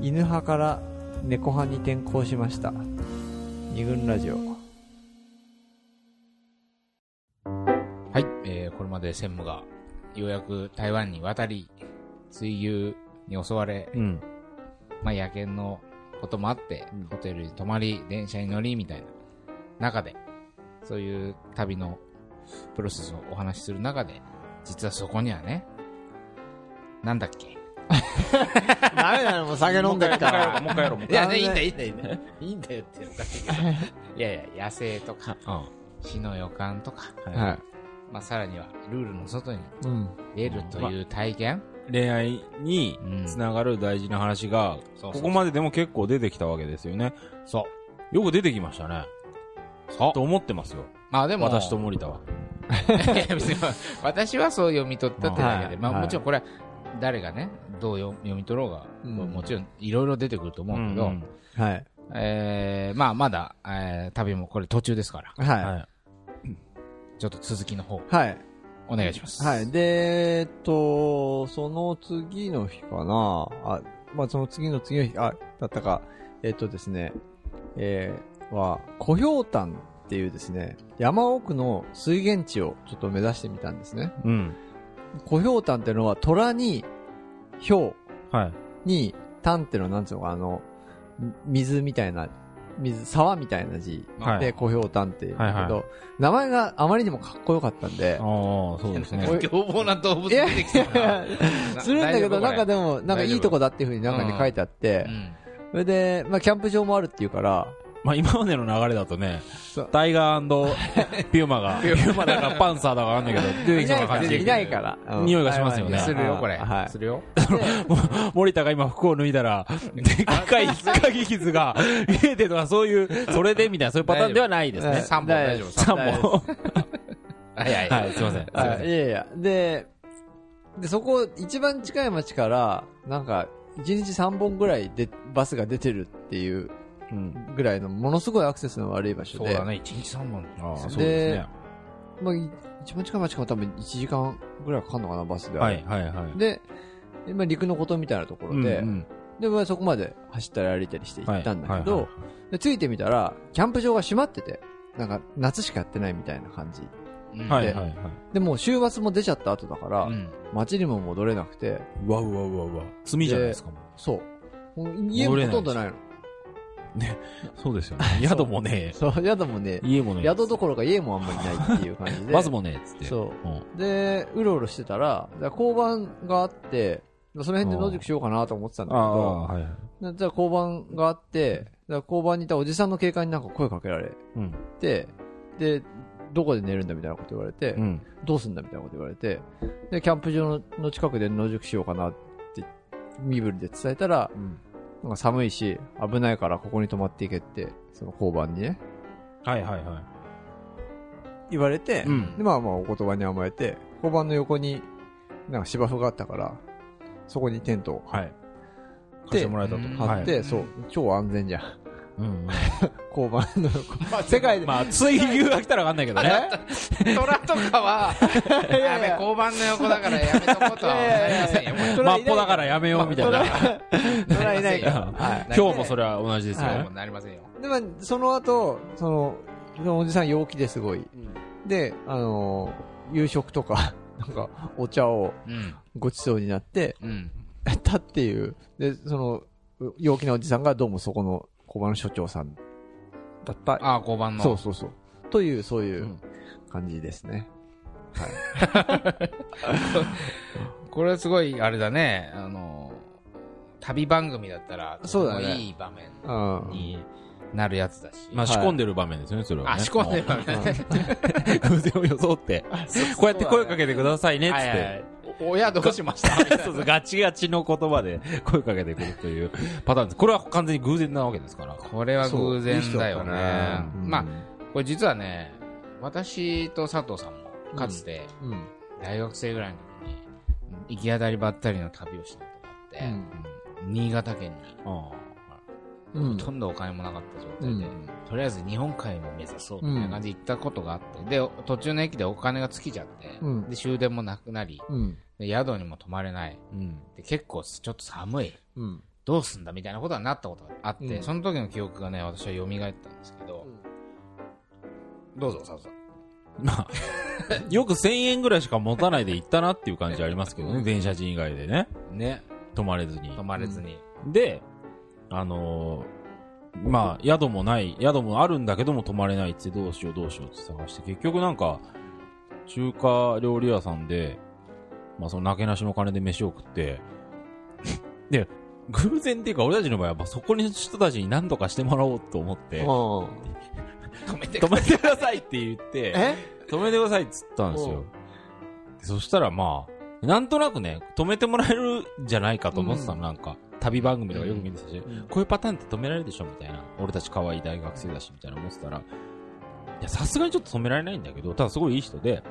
犬派から猫派に転向しました。二軍ラジオ。 はい、これまで専務がようやく台湾に渡り、水牛に襲われ、まあ野犬のこともあって、ホテルに泊まり、電車に乗りみたいな中で、そういう旅のプロセスをお話しする中で、実はそこにはね、なんだっけダメだよ、もう酒飲んでるから。 もう一回やろう。いやね、いいんだよって言うかいやいや、野生とか、死の予感とか、まあさらにはルールの外に出るという体験、 恋愛につながる大事な話が、ここまででも結構出てきたわけですよね。 そう。 よく出てきましたね。そう。と思ってますよ。 まあでも。 私と森田は。 別に私はそう読み取ったってだけで、まあもちろんこれは誰がね、どう読み取ろうが、もちろんいろいろ出てくると思うけど、まあまだ、旅もこれ途中ですから。ちょっと続きの方。お願いします。 で、その次の日かなまあ、その次の日、だったか、ですね、小氷炭っていうですね、山奥の水源地をちょっと目指してみたんですね。小氷炭っていうのは、虎に、氷に、炭っていうのはなんつうのか、水みたいな、沢みたいな字で小氷炭って言うんだけど、名前があまりにもかっこよかったんで、 そうですね。 凶暴な動物出てきたするんだけど、なんかでも、なんかいいとこだっていう風に中に書いてあって、それで、まあ、キャンプ場もあるっていうから、 まあ今までの流れだとね、タイガー&ピューマが、ピューマだかパンサーだかあんだけど、出てきそうな感じ。 いないから。 匂いがしますよね。 するよ、これ。するよ。 森田が今服を脱いだら、でっかい引っかき傷が見えてとか、そういう、それでみたいな、そういうパターンではないですね。 3本大丈夫。 3本。 はい、 すいません。 いやいや。で、そこ、一番近い町から、なんか、1日3本ぐらいでバスが出てるっていうぐらいのものすごいアクセスの悪い場所で。 そうだね、1日3本。 そうですね。 まあ、一番近い町から多分1時間ぐらいかかるのかな、バスで。で、今陸のことみたいなところで、で、まあそこまで走ったり歩いたりして行ったんだけど、で、着いてみたら、キャンプ場が閉まってて、なんか夏しかやってないみたいな感じ。で、もう週末も出ちゃった後だから、街にも戻れなくて。 うわ。罪じゃないですか、もう。 そう。家もほとんどないの。 ね、そうですよね。宿もね、 そう、宿もね、 家もね、 宿どころか家もあんまりないっていう感じで。 バスもね、つって。 そう。で、うろうろしてたら、交番があって、その辺で野宿しようかなと思ってたんだけど、じゃあ交番があって、交番にいたおじさんの警官になんか声かけられて、で、どこで寝るんだみたいなこと言われて、どうすんだみたいなこと言われて、で、キャンプ場の近くで野宿しようかなって身振りで伝えたら、なんか寒いし危ないからここに泊まっていけってその交番にね言われて、でまあお言葉に甘えて交番の横になんか芝生があったからそこにテントを貸してもらえたと張って、そう超安全じゃん。交番の世界でまあ追牛が来たらわかんないけどね。 虎とかはやべ交番の横だからやめとこうとはなりませんよ。 マッポだからやめようみたいな。 虎いないから。 今日もそれは同じですよ。 なりませんよ。 でまあその後そのおじさん陽気ですごい。で夕食とかなんかお茶をごちそうになってたっていうでその陽気なおじさんがどうもそこの交番の所長さんだった。 ああ、交番の。 そう。という、そういう感じですね。はい。 これはすごい、あれだね。旅番組だったら、 そうだね。 いい場面になるやつだし。 まあ仕込んでる場面ですよね、それはね。 仕込んでる場面ね。 偶然を装って、こうやって声かけてくださいね、つって。 親どうしましたそうガチガチの言葉で声かけてくるというパターンです。これは完全に偶然なわけですから。 これは偶然だよね。まあ、これ実はね、私と佐藤さんもかつて、大学生ぐらいの時に、行き当たりばったりの旅をしたことがあって、新潟県に、ほとんどお金もなかった状態で、とりあえず日本海を目指そうみたいな感じで行ったことがあって、で、途中の駅でお金が尽きちゃって、で、終電もなくなり、で宿にも泊まれない、で結構ちょっと寒い、 どうすんだみたいなことになったことがあって、その時の記憶がね、私は蘇ったんですけど、どうぞ、佐藤さん。 まあ、よく1000円ぐらいしか持たないで行ったなっていう感じありますけどね、電車賃以外でね。 ね。 泊まれずに。で、まあ、宿もあるんだけども泊まれないってどうしようって探して、結局なんか、中華料理屋さんで、まあそのなけなしの金で飯を食って、で、偶然っていうか俺たちの場合はそこに人たちに何とかしてもらおうと思って、止めてくださいって言って、止めてくださいって言ったんですよ。そしたらまあ、なんとなくね、止めてもらえるんじゃないかと思ってたの、なんか。旅番組とかよく見てたし、こういうパターンって止められるでしょみたいな。俺たち可愛い大学生だし、みたいな思ってたら、いや、さすがにちょっと止められないんだけど、ただすごいいい人で、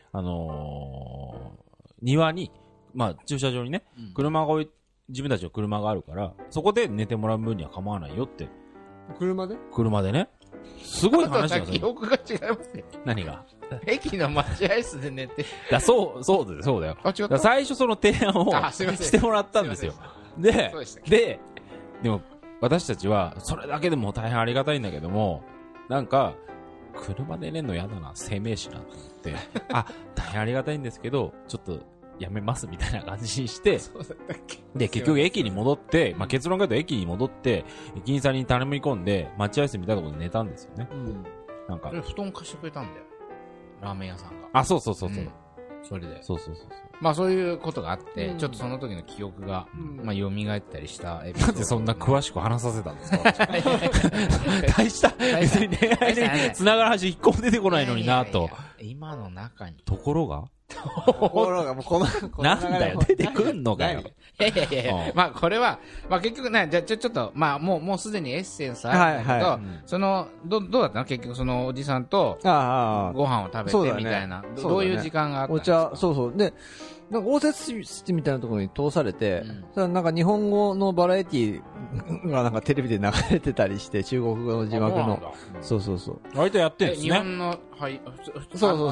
庭に、まあ、駐車場にね、自分たちの車があるから、そこで寝てもらう分には構わないよって。 車でね。すごい話だよ。 記憶が違いますね。 何が駅の待合室で寝て。 そうだよ。 違った。 最初その提案をしてもらったんですよ。で、も私たちはそれだけでも大変ありがたいんだけども、なんか、車で寝んの嫌だな、生命死なと思って、大変ありがたいんですけど、ちょっとやめますみたいな感じにして、で、結局駅に戻って、まあ、結論から言うと駅に戻って、駅員さんに頼み込んで、待合室みたいなところで寝たんですよね。なんか。 布団貸してくれたんだよ。ラーメン屋さんが。 そう。 それで。 そう。 まあそういうことがあって、ちょっとその時の記憶が、まあ蘇ったりしたエピソード。 なんでそんな詳しく話させたんですか大した、別に恋愛に繋がる話一個も出てこないのになと。 今の中に。 ところがもうこのなんだよ、出てくんのかよ。 いや。まあこれは、まあ結局ね、じゃあちょっと、まあもうすでにエッセンスあるんだけど、その、どうだったの結局そのおじさんと、ご飯を食べてみたいな。どういう時間があったんですか？ そう。で、なんか応接室みたいなところに通されて、なんか日本語のバラエティがなんかテレビで流れてたりして、中国語の字幕の。そう。 割とやってるんですね。 日本の、はい、 そう。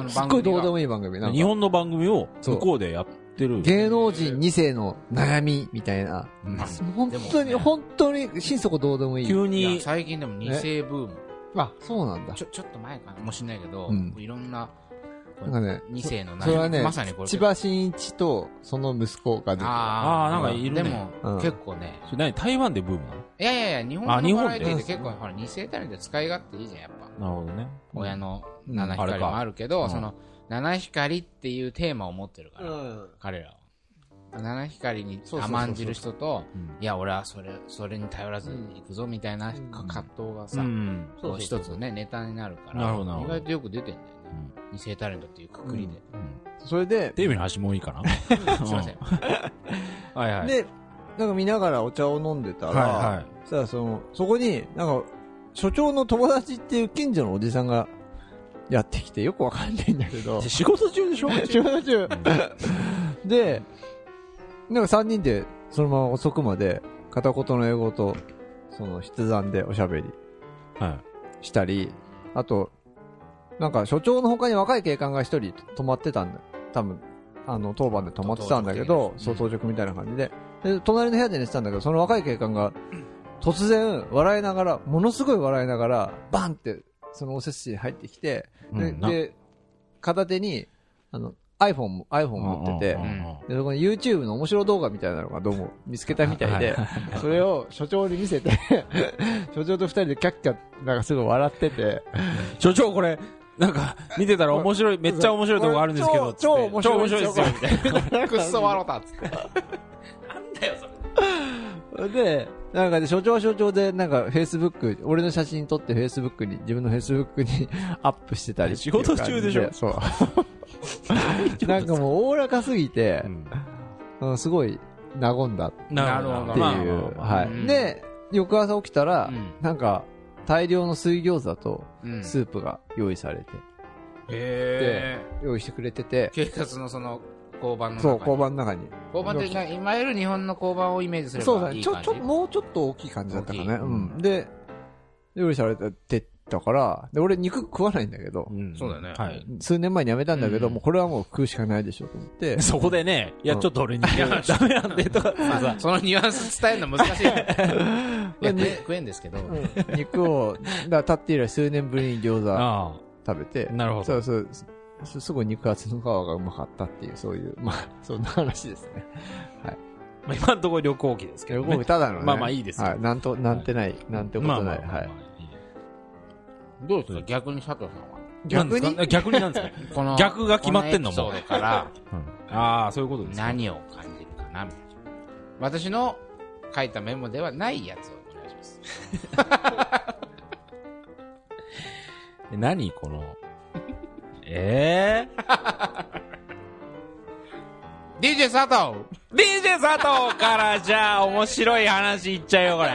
すっごいどうでもいい番組。 日本の番組を向こうでやってる。 芸能人2世の悩みみたいな。本当に心底どうでもいい。 急に。 最近でも2世ブーム。 そうなんだ。 ちょっと前かもしれないけど、いろんな、 なんかね、 2世のそれはね、 まさにこれ。 千葉真一とその息子が出てる。 なんかいるね。 でも、結構ね。 それ台湾でブームなの？ いや、日本のバラエティで結構、ほら、2世タレント使い勝手いいじゃん、やっぱ。 なるほどね。 親の七光もあるけど、その、七光っていうテーマを持ってるから、彼らは。七光に甘んじる人と、いや、俺はそれに頼らずに行くぞ、みたいな葛藤がさ、一つね、ネタになるから、意外とよく出てんだよね。二世タレントっていうくくりで。 それで、 テレビの話もいいかな？ すいません。 はい。 で、なんか見ながらお茶を飲んでたら、そこに、なんか、所長の友達っていう近所のおじさんがやってきて、よくわかんないんだけど。 仕事中でしょ？ 仕事中。で、なんか3人でそのまま遅くまで片言の英語とその筆談でおしゃべりしたり、あとなんか所長の他に若い警官が一人泊まってたんだ。多分当番で泊まってたんだけど、当直みたいな感じで、隣の部屋で寝てたんだけど、その若い警官が突然笑いながら、ものすごい笑いながらバンってその応接室に入ってきて、で片手にiPhone 持ってて、でそこに YouTube の面白動画みたいなのがどうも見つけたみたいで、それを所長に見せて所長と二人でキャッキャなんかすごい笑ってて、 所長これなんか見てたら面白い、めっちゃ面白い動画あるんですけど、 超面白いですよみたいな。 くっそ笑ったっつって。なんだよそれ。で、なんか所長は所長でなんかFacebook、俺の写真撮って自分の Facebook にアップしてたり。 仕事中でしょ？ そう。なんかもうおおらかすぎて、すごい和んだっていう。はい。で、翌朝起きたら、なんか大量の水餃子とスープが用意されて、で用意してくれてて、 警察のその交番の中に。 そう、交番の中に。 交番っていわゆる日本の交番をイメージすればいい感じ。 そうだね。もうちょっと大きい感じだったかね。で、用意されてたから、で、俺肉食わないんだけど、 そうだね。 はい。数年前にやめたんだけど、もうこれはもう食うしかないでしょと思って。 そこでね、いや、ちょっと俺にダメなんでとかさ、 そのニュアンス伝えるの難しい。いや、食えんですけど。 肉を、立って以来数年ぶりに餃子食べて、 なるほど。 すごい肉厚の皮がうまかったっていう、そういう、まあ、そんな話ですね。はい。 まあ、今のところ旅行記ですけどね。 旅行記ただのね。 まあまあいいですよ。 はい。なんてない、なんてことない。はい。 どうですか逆に佐藤さんは。 逆になんですかこの逆が決まってんのも。 このエピソードから、 ああ、そういうことです何を感じるかなみたいな。私の書いたメモではないやつをお願いします。 何この、 DJ 佐藤 DJ 佐藤からじゃあ面白い話いっちゃうよこれ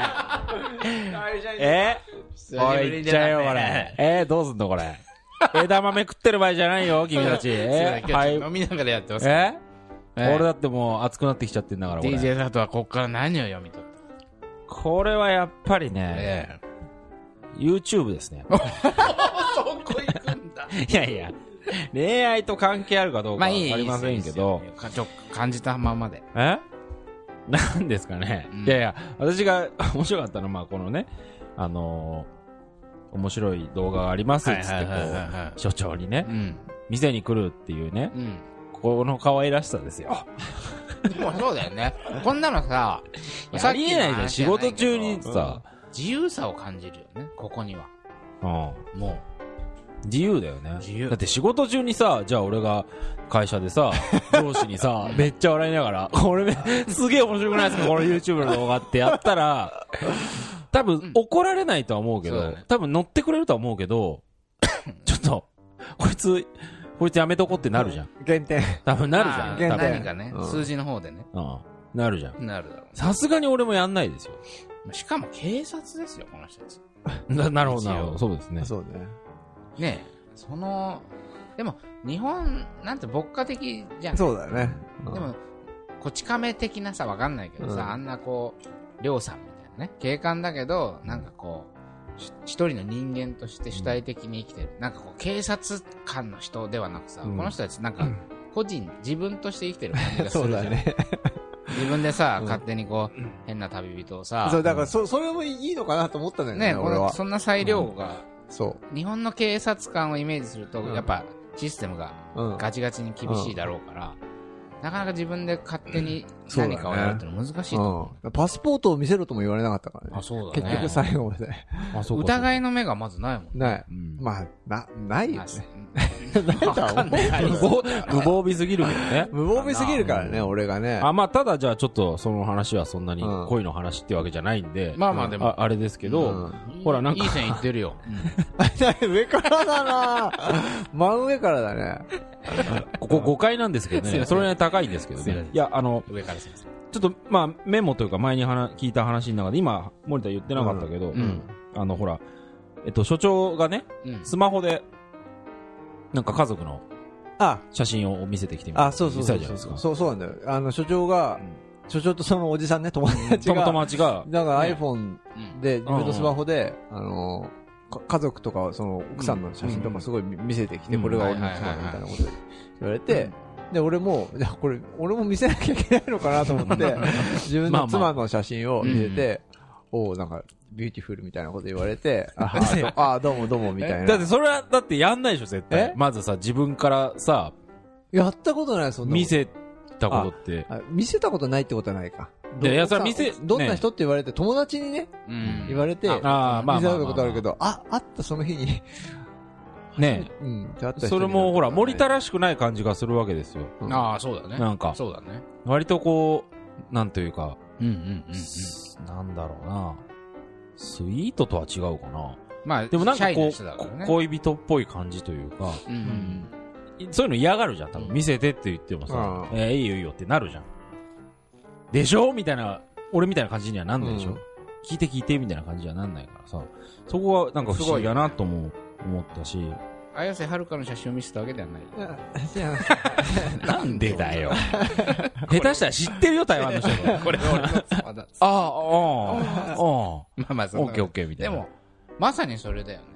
これいっちゃうよこれどうすんのこれ枝豆食ってる場合じゃないよ君たちはい、飲みながらやってます俺だってもう熱くなってきちゃってんだから DJ 佐藤はこっから何を読み取ったこれはやっぱりね、YouTube ですねそこ行くんだいやいや恋愛と関係あるかどうかわかりませんけど、 感じたままで。 なんですかね、いやいや、私が面白かったのは、まあ、このね、面白い動画がありますっつって、こう、所長にね、店に来るっていうね、この可愛らしさですよ。 でもそうだよね。こんなのさ、 ありえないじゃん、仕事中にさ、 自由さを感じるよね、ここには。もう。 自由だよね。だって仕事中にさ、じゃあ俺が会社でさ、上司にさ、めっちゃ笑いながら、これすげえ面白くないですかこの YouTube の動画ってやったら、多分怒られないとは思うけど、多分乗ってくれるとは思うけど、ちょっと、こいつやめとこってなるじゃん。 減点。 多分なるじゃん。 何かね、数字の方でね。 なるじゃん。 なるだろう。 さすがに俺もやんないですよ。 しかも警察ですよ、この人たち。 なるほど、なるほど。そうですね。 そうね。 ねでも、日本、なんて牧歌的じゃん。 そうだよね。 でも、こち亀的なさ、わかんないけどさ、あんなこう、りょうさんみたいなね、警官だけど、なんかこう、一人の人間として主体的に生きてる。なんかこう、警察官の人ではなくさ、この人たちなんか、自分として生きてる感じがするじゃん。そうだね。自分でさ、勝手にこう、変な旅人をさ。 そう、だからそれもいいのかなと思ったんだよね、俺は。 そんな裁量が、 そう。 日本の警察官をイメージすると、やっぱシステムがガチガチに厳しいだろうから、なかなか自分で勝手に何かをやるっての難しいと思う。パスポートを見せろとも言われなかったからね。 あ、そうだね。 結局最後まで。 疑いの目がまずないもんね。ない。まあ、ないよね。 無防備すぎるけどね。 無防備すぎるからね、俺がね。 まあ、ただじゃあちょっとその話はそんなに恋の話ってわけじゃないんで。 まあまあでも。 あれですけど、ほらなんか。 いい線いってるよ。 上からだな真上からだね。 ここ5階なんですけどね。それは高いんですけどね。いや、 上からすいません。 ちょっと、まあ、メモというか前に聞いた話の中で、今、森田言ってなかったけど、ほら、所長がね、スマホで、なんか家族の写真を見せてきてみた。 そうなんだよ。所長とそのおじさんね、友達が、なんか iPhone で、自分のスマホで、家族とか、その奥さんの写真とかすごい見せてきて、これが俺の妻みたいなこと言われて、で、俺も見せなきゃいけないのかなと思って、自分の妻の写真を見せて、なんか、ビューティフルみたいなこと言われて、どうもみたいな。 だってそれは、だってやんないでしょ、絶対。まずさ、自分からさ、 やったことない、そんな。 見せたことって。 見せたことないってことはないか。 いや、それどんな人って言われて、友達にね、言われて、見せたことあるけど、あったその日に、 ねそれもほら、森田らしくない感じがするわけですよ。 そうだね。 なんか、 そうだね。 割とこう、なんというか、なんだろうな、スイートとは違うかな。 まあ、 でもなんかこう、恋人っぽい感じというか、そういうの嫌がるじゃん、多分。見せてって言ってもさ、いいよいいよってなるじゃん。でしょみたいな、俺みたいな感じにはなんないでしょ、聞いてみたいな感じにはなんないからさ、そこはなんか不思議だなと思ったし。 綾瀬はるかの写真を見せたわけではない。 なんでだよ。下手したら知ってるよ、台湾の人。 これは俺の妻だ。まあまあ、 オッケーみたいな。 でも、まさにそれだよね。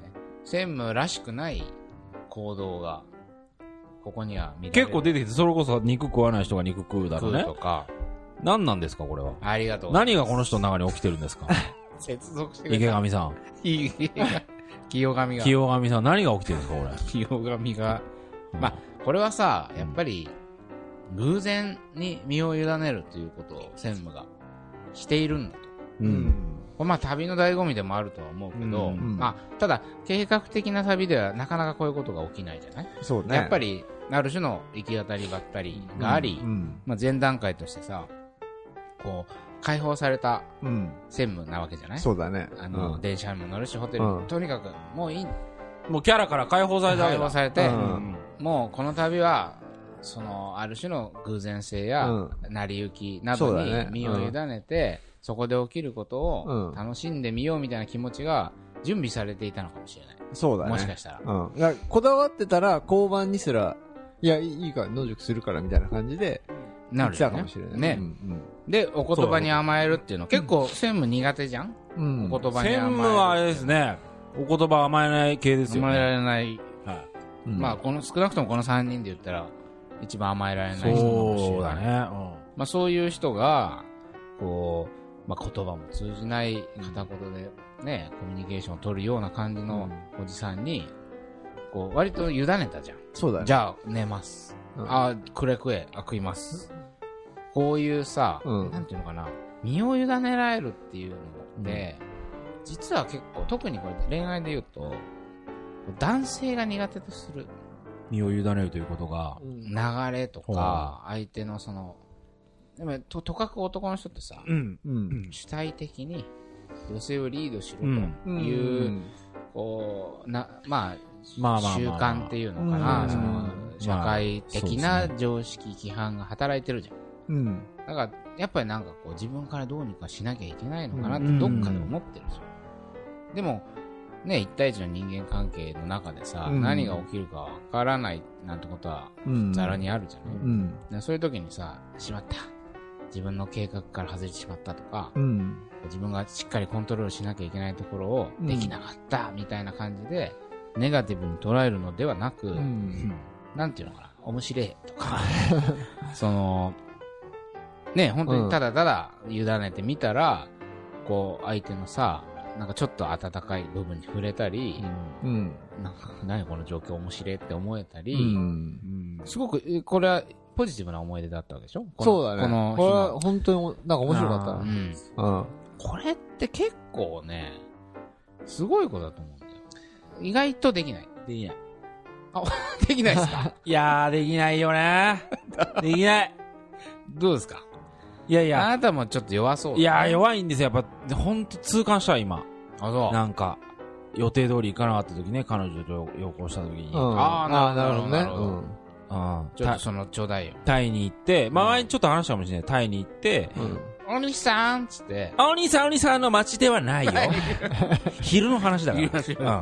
専務らしくない行動が、ここには見られる。 結構出てきて、それこそ肉食わない人が肉食うだろうね。 食うとか。 何なんですか、これは。 ありがとうございます。 何がこの人の中に起きてるんですか接続してくれ池上さん。 清上が。 清上さん、何が起きてるんですか、これ。 清上が。まあ、これはさ、やっぱり、偶然に身を委ねるということを専務がしているんだと。 うん。 まあ、旅の醍醐味でもあるとは思うけど、まあ、ただ、計画的な旅ではなかなかこういうことが起きないじゃない？ そうね。 やっぱり、ある種の行き当たりばったりがあり、まあ、前段階としてさ、こう、解放された専務なわけじゃない？ そうだね。 電車にも乗るし、ホテル、とにかく、もういい。 もうキャラから解放されたわけだ。 解放されて、もうこの旅は、ある種の偶然性や、成り行きなどに身を委ねて、そこで起きることを楽しんでみようみたいな気持ちが準備されていたのかもしれない。 そうだね。 もしかしたら。 こだわってたら、交番にすら、いや、いいから野宿するからみたいな感じで、 なるよね。かもしれないね。で、お言葉に甘えるっていうの、結構専務苦手じゃん？お言葉に甘える。 専務はあれですね、お言葉甘えない系ですよね。 甘えられない。まあ、少なくともこの3人で言ったら、一番甘えられない人かもしれない。 そうだね。 まあ、そういう人が、こう、まあ、言葉も通じない片言でね、コミュニケーションを取るような感じのおじさんに、こう、割と委ねたじゃん。 そうだね。 じゃあ、寝ます。食え。食います。こういうさ、なんていうのかな、身を委ねられるっていうのって、実は結構、特にこれ恋愛で言うと、男性が苦手とする。 身を委ねるということが。 流れとか、相手のでも、とかく男の人ってさ、主体的に女性をリードしろという、こう、まあ、習慣っていうのかな、社会的な常識、規範が働いてるじゃん。だから、やっぱりなんかこう、自分からどうにかしなきゃいけないのかなってどっかで思ってるんですよ。でも、ね、一対一の人間関係の中でさ、何が起きるかわからないなんてことは、ざらにあるじゃない、そういう時にさ、しまった。自分の計画から外れてしまったとか、自分がしっかりコントロールしなきゃいけないところをできなかったみたいな感じで、ネガティブに捉えるのではなく、なんていうのかな、面白いとか、ね、本当にただただ委ねてみたら、こう、相手のさ、なんかちょっと温かい部分に触れたり、なんか何この状況面白いって思えたり、すごく、これはポジティブな思い出だったわけでしょ？ そうだね。これは本当になんか面白かったな。 これって結構ね、すごいことだと思うんだよ。意外とできない。 できない。 できないですか？ いやー、できないよね。できない。 どうですか？ いやいや。 あなたもちょっと弱そう、 いやー、弱いんですよ。やっぱ、ほんと痛感した今。 そう。 なんか、予定通り行かなかった時ね、彼女と旅行した時に。 なるほどね。ちょっとちょうだいよ。 タイに行って、前にちょっと話したかもしれない。タイに行って、 お兄さんつって。 お兄さんの街ではないよ。昼の話だから。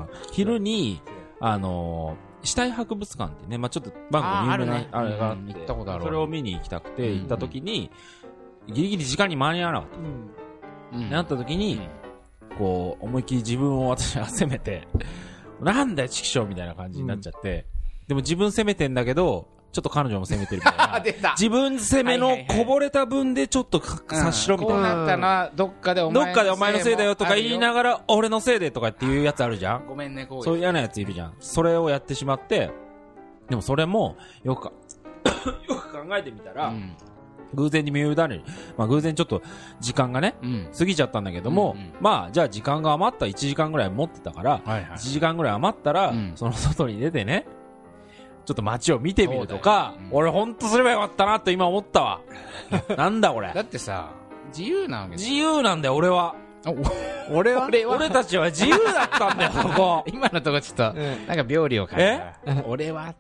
昼に、死体博物館ってね、ちょっとバンコク有名なあれがあって、 行ったことある。 それを見に行きたくて行った時に、ギリギリ時間に間に合わなかった。なった時に、こう、思いっきり自分を私は責めて、なんだよ、チキショーみたいな感じになっちゃって、でも自分責めてんだけど、ちょっと彼女も責めてるみたいな。自分責めのこぼれた分でちょっと察しろみたいな。 こうなったのはどっかでお前のせいだよとか言いながら、俺のせいでとかっていうやつあるじゃん。 ごめんね、こういう。 そういう嫌なやついるじゃん。それをやってしまって、でもそれも、よく考えてみたら、偶然に身を委ねる。偶然ちょっと時間がね、過ぎちゃったんだけども、じゃあ時間が余った1時間ぐらい持ってたから、1時間ぐらい余ったら、その外に出てね、ちょっと街を見てみるとか、俺ほんとすればよかったなと今思ったわ。なんだこれ。 だってさ、自由なわけ自由なんだよ、俺は。 俺たちは自由だったんだよ、ここ。 今のとこちょっと、なんか病理を感じた。俺は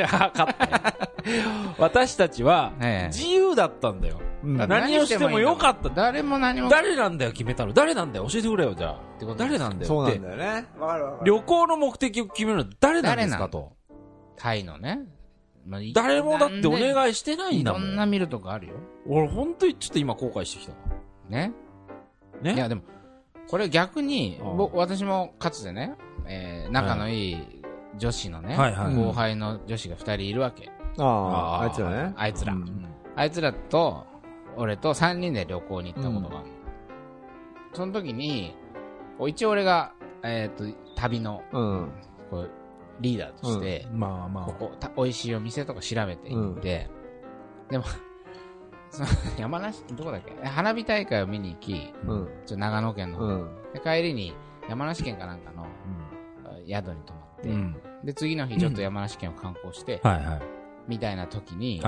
私たちは、自由だったんだよ。何をしてもよかった。 誰も何も。 誰なんだよ、決めたの。誰なんだよ、教えてくれよ、じゃあ。誰なんだよ。 そうなんだよね。 旅行の目的を決めるのは誰なんですかと。 タイのね。 誰もだってお願いしてないんだもん。 いろんな見るとこあるよ。 俺ほんとにちょっと今後悔してきた。 ね。いやでも、これ逆に、私もかつてね、 仲のいい女子のね、後輩の女子が2人いるわけ。 あいつらね。 あいつら。あいつらと、俺と3人で旅行に行ったことがあるの。その時に、一応俺が、旅の、こうリーダーとして、ここ、美味しいお店とか調べて行って、でも、その山梨、どこだっけ花火大会を見に行き、長野県の方、で帰りに山梨県かなんかの宿に泊まって、で、次の日ちょっと山梨県を観光して、みたいな時に、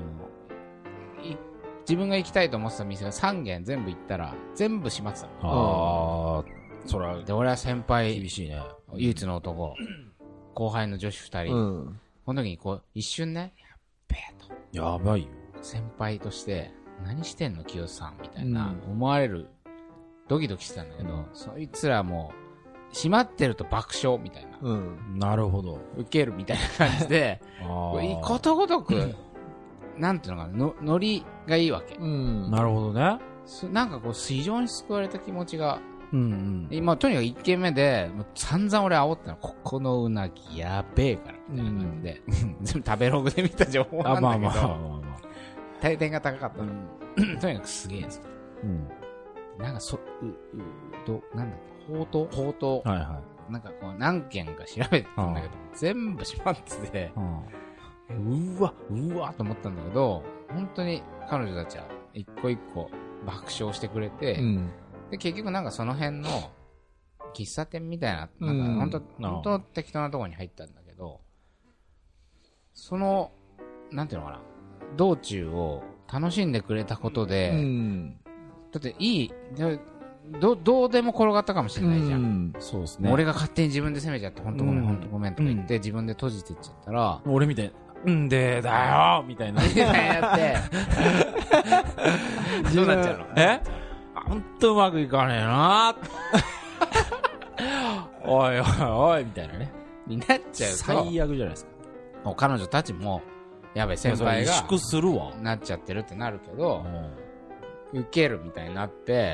自分が行きたいと思ってた店が3軒全部行ったら、全部閉まってたの。 そら、 で、俺は先輩、 厳しいね。 唯一の男、後輩の女子2人、この時にこう、一瞬ね、 やばいよ。 先輩として、何してんの清さんみたいな、思われる、ドキドキしてたんだけど、そいつらもう、閉まってると爆笑みたいな。 なるほど。 受けるみたいな感じで、ことごとく、なんていうのかな、ノリがいいわけ。 なるほどね。 なんかこう、非常に救われた気持ちが、今、とにかく1軒目で、もう散々俺煽ったの、ここのうなぎやべえから、みたいな感じで、全部食べログで見た情報なんだけど、大点が高かったの。とにかくすげえんですよ。なんかなんだっけ、ほうとう。なんかこう、何件か調べてたんだけど、全部閉まってて、うわと思ったんだけど、本当に彼女たちは一個一個爆笑してくれて、で、結局なんかその辺の喫茶店みたいな、なんか本当適当なところに入ったんだけど、その、なんていうのかな、道中を楽しんでくれたことで、だってどうでも転がったかもしれないじゃん。 そうですね。 俺が勝手に自分で責めちゃって、本当ごめんとか言って、自分で閉じていっちゃったら、 俺みたいな、でだよみたいな。 やって、どうなっちゃうの？ ほんとうまくいかねえなおいみたいなね。 になっちゃうと。 最悪じゃないですか。 もう彼女たちも、やべえ先輩が、 萎縮するわ。 なっちゃってるってなるけど、受けるみたいになって、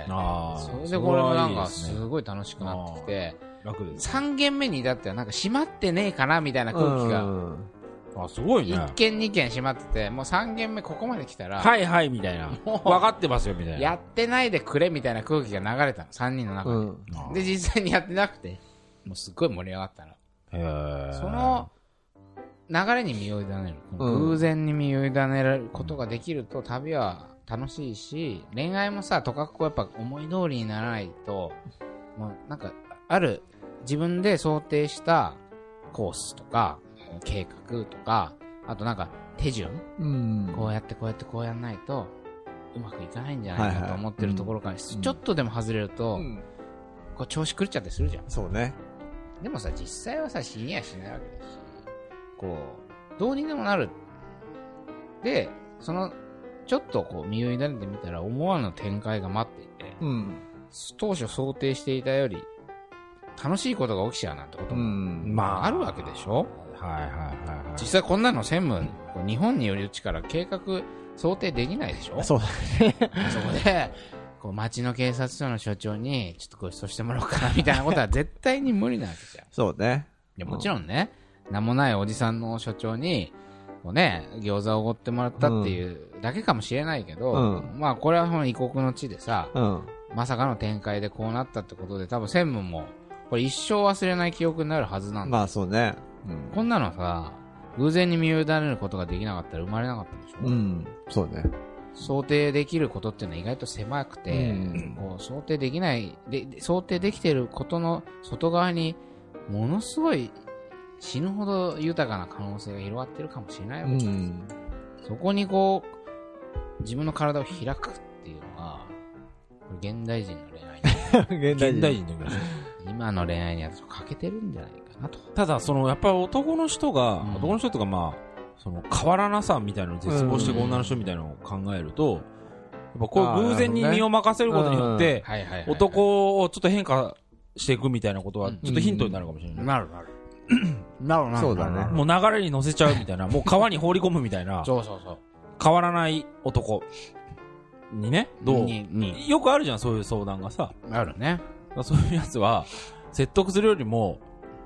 それでこれもなんかすごい楽しくなってきて、3軒目に至ってはなんか閉まってねえかなみたいな空気が、 すごいね。 1軒2軒閉まってて、もう3軒目ここまで来たら、 はいみたいな。分かってますよみたいな。 やってないでくれみたいな空気が流れたの、3人の中で。で、実際にやってなくて、もうすっごい盛り上がったの。その流れに身を委ねる。偶然に身を委ねることができると旅は楽しいし、恋愛もさ、とかくこうやっぱ思い通りにならないと、もうなんか、ある自分で想定したコースとか、計画とか、あとなんか手順、こうやってやんないとうまくいかないんじゃないかと思ってるところから、ちょっとでも外れると、こう調子狂っちゃってするじゃん。 そうね。 でもさ、実際はさ、死にはしないわけだし、こう、どうにでもなる。で、その、ちょっとこう身を委ねてみたら思わぬ展開が待っていて、当初想定していたより楽しいことが起きちゃうなんてことも、あるわけでしょ。実際こんなの専務、日本によるうちから計画想定できないでしょ。 そうだね。 そこで、こう町の警察署の署長にちょっとご馳走してもらおうかなみたいなことは絶対に無理なわけじゃん。 そうね。 もちろんね、名もないおじさんの署長に、こうね、餃子をおごってもらったっていうだけかもしれないけど、まあこれはこの異国の地でさ、まさかの展開でこうなったってことで、多分専務もこれ一生忘れない記憶になるはずなんだ。 まあそうね。 こんなのさ、偶然に身を委ねることができなかったら生まれなかったでしょ。 そうね。 想定できることっていうのは意外と狭くて、こう想定できない、想定できていることの外側にものすごい死ぬほど豊かな可能性が広がってるかもしれないわけじゃないですか。そこにこう自分の体を開くっていうのは、これ現代人の恋愛現代人の恋愛今の恋愛には欠けてるんじゃないかなと。 ただそのやっぱり男の人とかまあその変わらなさみたいなのを絶望していく女の人みたいなのを考えると、やっぱこう偶然に身を任せることによって男をちょっと変化していくみたいなことはちょっとヒントになるかもしれない。 なるそうだね。 もう流れに乗せちゃうみたいな、もう川に放り込むみたいな。 そう変わらない男にね、よくあるじゃん、そういう相談がさ。 あるね。 そういうやつは説得するよりも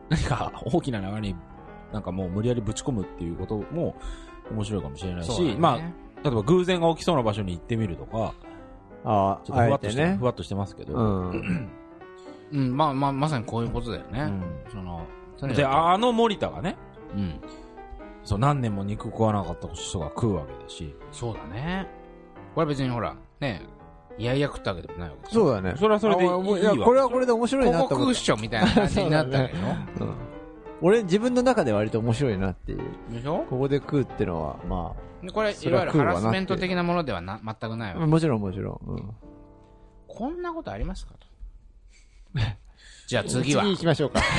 何か大きな流れになんかもう無理やりぶち込むっていうことも面白いかもしれないし、ね、まあ、例えば偶然が起きそうな場所に行ってみるとか、ちょっとふわっとして、ふわっとしてますけど、 まさにこういうことだよね。 で、森田がね、そう何年も肉食わなかった人が食うわけだし。 そうだね。これ別にほら、ね、いやいや食ったわけでもないわけそうだね。 それはそれでいいわ。 これはこれで面白いなって思った。 ここ食うっしょみたいな感じになったけど。 俺自分の中で割と面白いなっていう。 でしょ？ ここで食うってのは、まあ。これ、いわゆるハラスメント的なものでは全くないわけ。 もちろんもちろん。 こんなことありますかと。じゃあ次は。 次行きましょうか。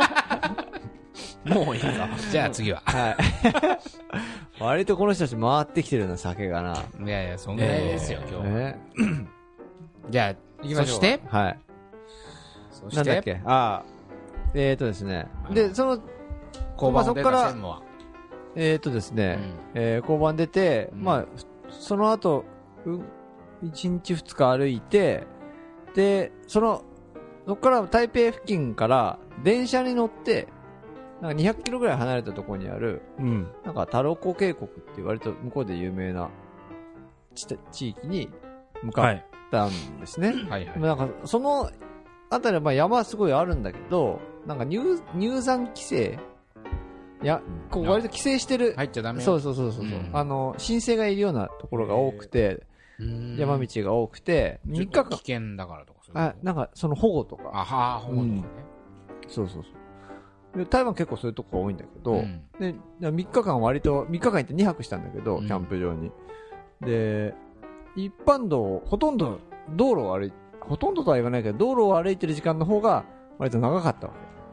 もういいか。じゃあ次は。 はい。割とこの人たち回ってきてるな、酒がな。 いやいや、そんぐらいですよ、今日。じゃあ、行きましょう。そして、 はい。そして、なんだっけ、ですね。で、その、 交番を出た専務は。 ですね、交番出て、まあ、その後、1日2日歩いて、で、そこから台北付近から電車に乗って、なんか200キロぐらい離れたところにある、なんかタロコ渓谷っていう割と向こうで有名な地域に向かったんですね。なんかそのあたりはまあ山はすごいあるんだけど、なんか入山規制、こう割と規制してる。 入っちゃダメよ。 そう。申請がいるようなところが多くて、山道が多くて、 3日間。危険だからとか。 なんかその保護とか。 保護とかね。 そう。で台湾結構そういうとこが多いんだけど、で3日間割と、3日間行って2泊したんだけど、キャンプ場に。で、一般道、ほとんど道路を歩いて、ほとんどとは言わないけど、道路を歩いてる時間の方が割と長かったわ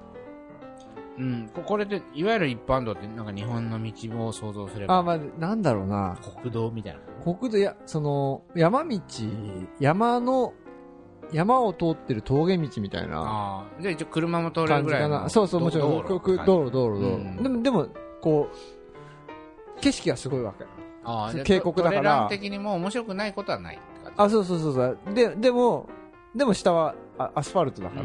け。これで、いわゆる一般道ってなんか日本の道を想像すれば。 まあ、なんだろうな。 国道みたいな。 国道、山を通ってる峠道みたいな。 じゃあ一応車も通れるぐらいの。 そう、もちろん。道路。でも、こう、景色がすごいわけ。渓谷だから。トレラン的にも面白くないことはないって感じ。そう。でも下はアスファルトだから。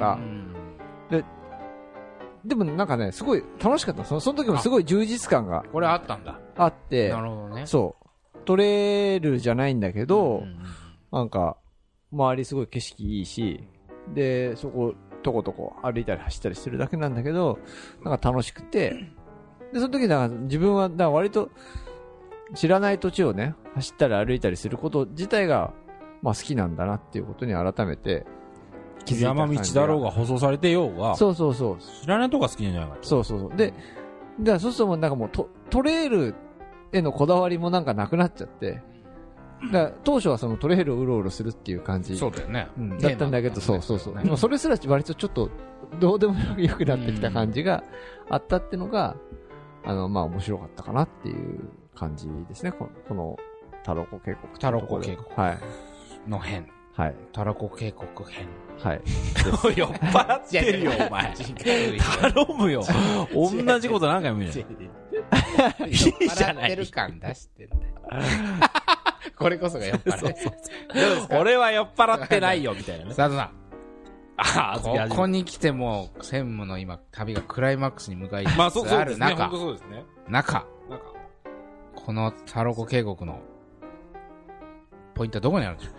でもなんかね、すごい楽しかった。その時もすごい充実感が。 これあったんだ。 あって。 なるほどね。 そう。トレールじゃないんだけど、なんか、周りすごい景色いいし、で、そこ、とことこ歩いたり走ったりするだけなんだけど、なんか楽しくて、で、その時なんか自分は、割と、知らない土地をね、走ったり歩いたりすること自体が、まあ好きなんだなっていうことに改めて気づいた感じが。山道だろうが舗装されてようが。 そう。 知らないとこが好きなんじゃないかと。そう。で、そうするとなんかもうトレールへのこだわりもなんかなくなっちゃって、だ当初はそのトレイルをうろうろするっていう感じそうだよね、 だったんだけど、そう。でもそれすら割とちょっとどうでもよくなってきた感じがあったってのが、まあ面白かったかなっていう感じですね。このタロコ渓谷。 タロコ渓谷。 はい。 の編。 はい。 タロコ渓谷編。 はい。 酔っ払ってるよ、お前。頼むよ。同じこと何回も言うじゃん。 いいじゃない。酔っ払ってる感出してんだよ。これこそが酔っ払って。 俺は酔っ払ってないよ、みたいなね。 佐藤さん。ここに来ても、専務の今、旅がクライマックスに向かいつつある中、このタロコ渓谷のポイントはどこにあるんでし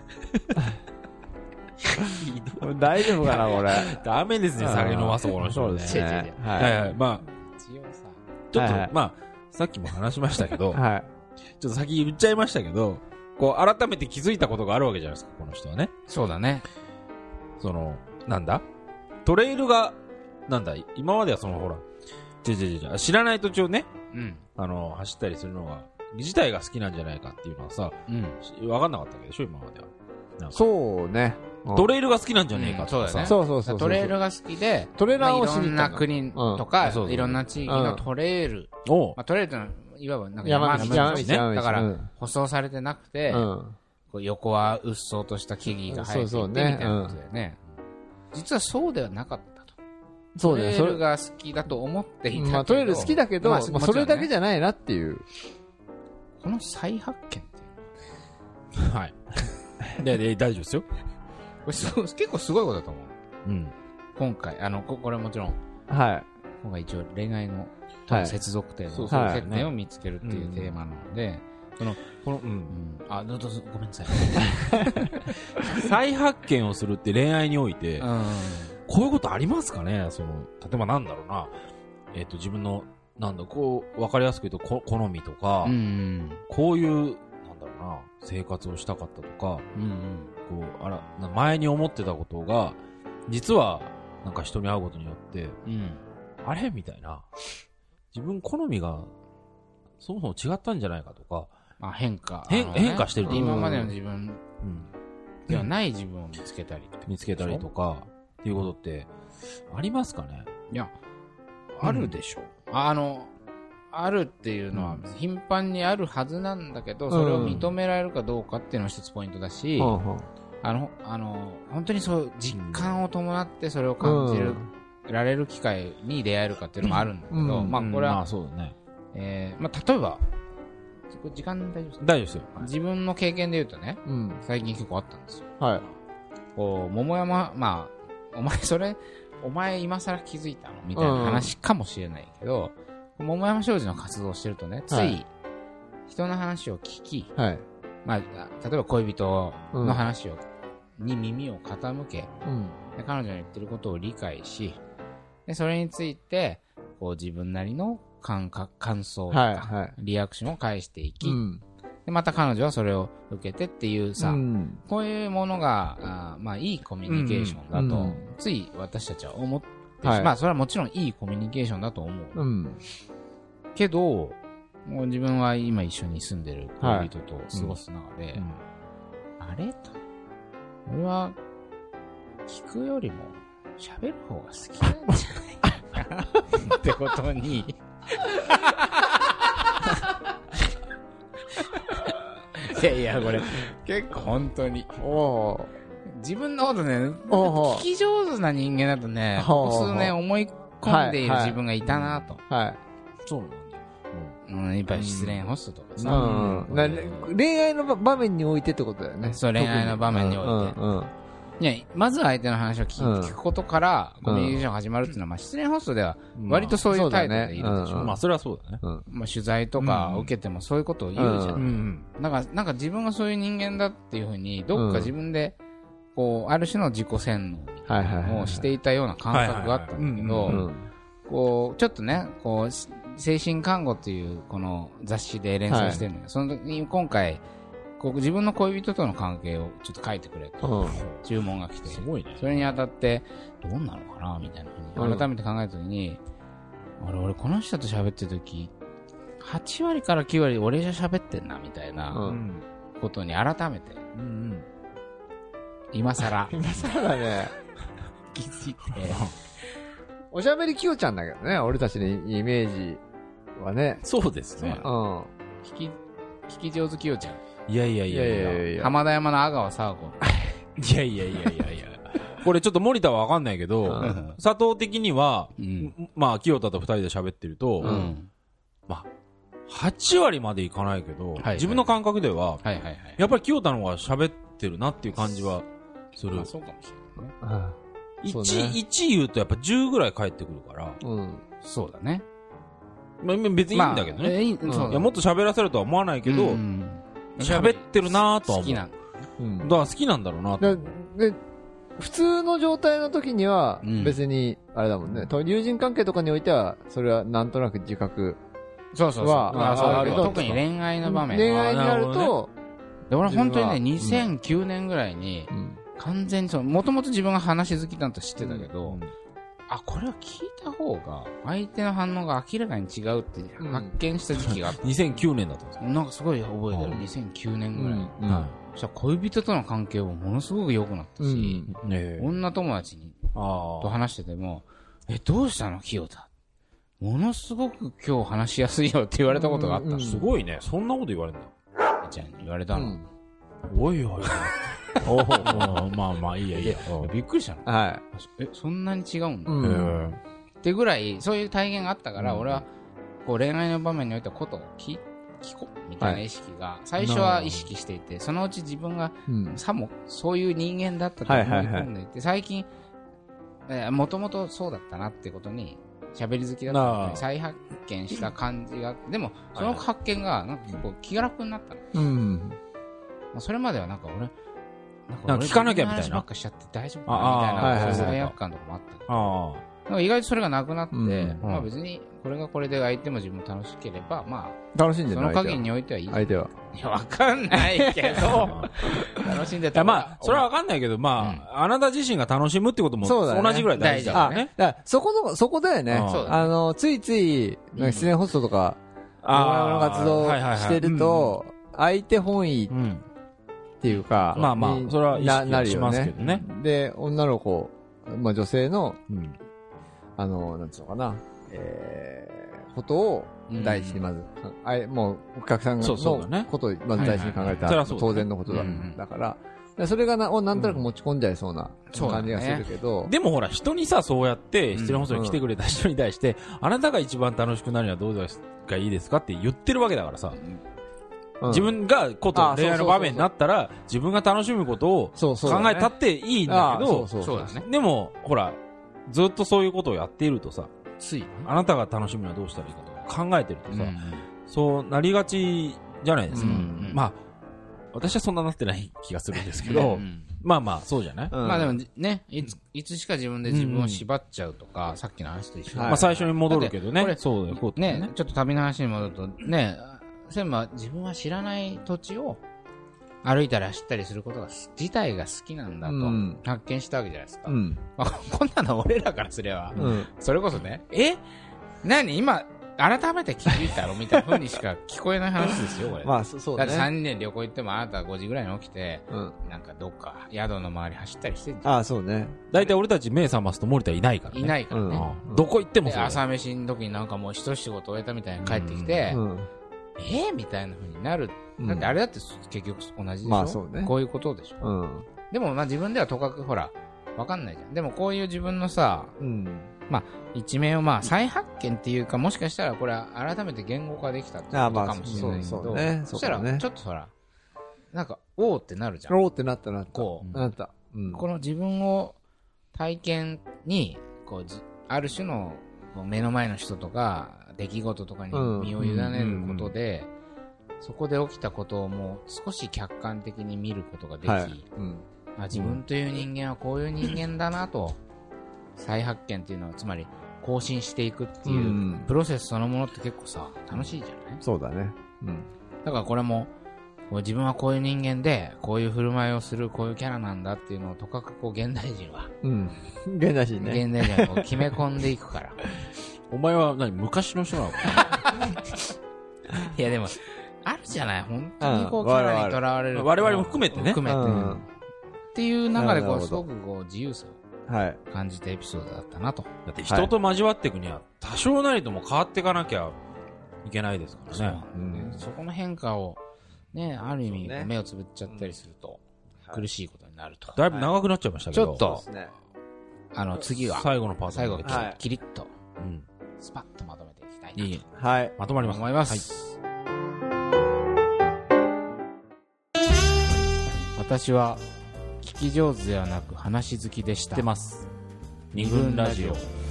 ょう大丈夫かな、これ。 ダメですね、酒飲まそう、この人。 そうですね。 はい。まあ、ちょっと、まあ、さっきも話しましたけど、 はい。 ちょっと先言っちゃいましたけど、こう、改めて気づいたことがあるわけじゃないですか、この人はね。 そうだね。 なんだトレイルが、今まではほら、知らない土地をね、走ったりするのが、自体が好きなんじゃないかっていうのはさ、わかんなかったわけでしょ、今までは。 そうね。 トレイルが好きなんじゃねえかとかさ。 そう。 トレイルが好きで、 トレーラーをいろんな国とか、いろんな地域のトレイル。トレイルってのは、いわばなんか山道ね。だから、舗装されてなくて、横はうっそうとした木々が生えていてみたいなことだよね。実はそうではなかったと。 そうだよ。 トレイルが好きだと思っていたけど。 まあトレイル好きだけど、それだけじゃないなっていう。 この再発見っていう。 はい。で、大丈夫ですよ。 これ結構すごいことだと思う。今回、これもちろん。 はい。 今回一応恋愛の接続点、接点を見つけるっていうテーマなので、どうぞごめんなさい。 再発見をするって恋愛において、こういうことありますかね？例えばなんだろうな、自分の、こう、わかりやすく言うと、好みとか、こういう、なんだろうな、生活をしたかったとか、こう、前に思ってたことが、実は、なんか人に会うことによって、あれみたいな。自分好みが、そもそも違ったんじゃないかとか、 変化してると今までの自分ではない自分を見つけたりとかっていうことってありますかね？ いや、あるでしょ。あるっていうのは頻繁にあるはずなんだけど、それを認められるかどうかっていうのが一つポイントだし、本当にそう実感を伴ってそれを感じられる機会に出会えるかっていうのもあるんだけど、これはそうだね。 例えば時間大丈夫ですか？ 大丈夫ですよ。 自分の経験で言うとね、最近結構あったんですよ。 はい。 桃山、お前今更気づいたのみたいな話かもしれないけど、桃山商事の活動をしてるとね、つい人の話を聞き、例えば恋人の話に耳を傾け、で彼女の言ってることを理解し、でそれについてこう自分なりの感想とか、リアクションを返していき、でまた彼女はそれを受けてっていうさ、こういうものがいいコミュニケーションだと、つい私たちは思ってそれはもちろんいいコミュニケーションだと思う、けどもう自分は今一緒に住んでる恋人と過ごす中で、あれと俺は聞くよりも喋る方が好きなんじゃないかなってことにいやこれ結構本当に自分のことね聞き上手な人間だとねここ数年思い込んでいる自分がいたなと。 そうなんだ。 やっぱり失恋ホストとかさ、 恋愛の場面においてってことだよね。 そう、恋愛の場面において。いや、まずは相手の話を聞くことからコミュニケーションが始まるっていうのは、失恋ホストでは割とそういう態度でいるでしょ。 それはそうだね。 取材とか受けてもそういうことを言うじゃん。なんか自分がそういう人間だっていうふうに、どっか自分で、こう、ある種の自己洗脳みたいなのをしていたような感覚があったんだけど、こう、ちょっとね、こう、精神看護っていうこの雑誌で連載してるんだけど、その時に今回、こう自分の恋人との関係をちょっと書いてくれと注文が来て、 すごいね。 それにあたってどうなのかなみたいなふうに改めて考えた時に、俺この人と喋ってる時8割から9割俺じゃ喋ってんなみたいなことに改めて、今更だね気づいておしゃべりきよちゃんだけどね、俺たちのイメージはね。 そうですね。 聞き上手きよちゃん。 いや。 浜田山の阿川佐和子。 いや。これちょっと森田はわかんないけど、佐藤的には、清田と二人で喋ってると、8割までいかないけど、自分の感覚では、やっぱり清田の方が喋ってるなっていう感じはする。 そうかもしれないね。 1言うとやっぱ10ぐらい返ってくるから。 そうだね。 別にいいんだけどね。いやもっと喋らせるとは思わないけど、喋ってるなぁとは思う。好きなんだ。だから好きなんだろうなと。 で、普通の状態の時には、別に、あれだもんね。友人関係とかにおいては、それはなんとなく自覚は、特に恋愛の場面。 恋愛になると、 俺本当にね、2009年ぐらいに、完全にもともと自分が話好きだと知ってたけど、これを聞いた方が相手の反応が明らかに違うって発見した時期があった。 2009年だったんですか？ なんかすごい覚えてる。2009年ぐらい。そしたら恋人との関係もものすごく良くなったし、女友達にと話してても、どうしたの清田。ものすごく今日話しやすいよって言われたことがあった。 すごいね。そんなこと言われるんだ。 ちゃんに言われたの。 おい。まあいいや。 びっくりしたの。そんなに違うんだ。ってぐらい、そういう体験があったから、俺は、こう恋愛の場面においてはことを聞こうみたいな意識が、最初は意識していて、そのうち自分が、さもそういう人間だったと思い込んでいて、最近、もともとそうだったなってことに喋り好きだったのに再発見した感じが、でも、その発見が、なんか結構気が楽になったの。それまではなんか俺聞かなきゃみたいな。 ばっかしちゃって大丈夫かみたいな罪悪感とかもあったけど。なんか意外とそれがなくなって、まあ別に、これがこれで相手も自分も楽しければ、まあ、 楽しんでるその限りにおいてはいい。 相手は。 いや、わかんないけど、楽しんでたら。 まあ、それはわかんないけど、まあ、あなた自身が楽しむってことも同じぐらい大事だよね。 そこだよね。ついつい、自然ホストとか、活動してると、相手本位っていうか、 まあまあ、それは意識しますけどね。 で、女の子、まあ女性の、なんつうのかな、ことを第一にまず、もうお客さんのことをまず第一に考えた当然のことだから、それがなんとなく持ち込んじゃいそうな感じがするけど。 でもほら、人にさ、そうやって、失恋放送に来てくれた人に対して、あなたが一番楽しくなるにはどうですかいいですかって言ってるわけだからさ。自分が恋愛の場面になったら、自分が楽しむことを考えたっていいんだけど、でも、ほら、ずっとそういうことをやっているとさ、つい、あなたが楽しむにはどうしたらいいかとか考えてるとさ、そうなりがちじゃないですか。まあ、私はそんななってない気がするんですけど、まあまあ、そうじゃない？ まあでもね、いつしか自分で自分を縛っちゃうとか、さっきの話と一緒。 まあ最初に戻るけどね。 そうだよ、ね。ちょっと旅の話に戻ると、ね、そういえば自分は知らない土地を歩いたり走ったりすることが自体が好きなんだと発見したわけじゃないですか。まあ、こんなの俺らからすれば、それこそね、何今、改めて気づいたろみたいな風にしか聞こえない話ですよ、これ。 まあ、そうね。 だって3人旅行行ってもあなたは5時ぐらいに起きて、なんかどっか宿の周り走ったりしてるじゃん。 ああ、そうね。 大体俺たち目覚ますと森田いないからね。 いないからね。 どこ行ってもそう。 朝飯の時になんかもう一仕事終えたみたいに帰ってきて、みたいな風になる。だってあれだって結局同じでしょ。まあそうね。こういうことでしょ。でもまあ自分ではとかくほら、わかんないじゃん。でもこういう自分のさ、まあ一面をまあ再発見っていうか、もしかしたらこれは改めて言語化できたってことかもしれないけど、そしたらちょっとほら、なんか、おーってなるじゃん。 おーってなったなった。 こう。なった。 この自分を体験に、こう、ある種の目の前の人とか、出来事とかに身を委ねることで、そこで起きたことをもう少し客観的に見ることができ、自分という人間はこういう人間だなと、再発見っていうのは、つまり更新していくっていうプロセスそのものって結構さ、楽しいじゃない？ そうだね。 だからこれも、自分はこういう人間で、こういう振る舞いをする、こういうキャラなんだっていうのをとかくこう現代人は、 現代人ね。 現代人はこう決め込んでいくから。 お前は昔の人なの？ いやでも、あるじゃない、本当にこうキャラにとらわれる。 我々も含めてね。 っていう中でこう、すごくこう自由さを感じたエピソードだったなと。 だって人と交わっていくには、多少なりとも変わっていかなきゃいけないですからね。 そこの変化を、ね、ある意味目をつぶっちゃったりすると、苦しいことになると。 だいぶ長くなっちゃいましたけど。 ちょっと、次は、 最後のパート。 最後、キリッと、スパッとまとめていきたいなと。 はい。まとまります。 思います。私は聞き上手ではなく話好きでした。 知ってます。 二軍ラジオ。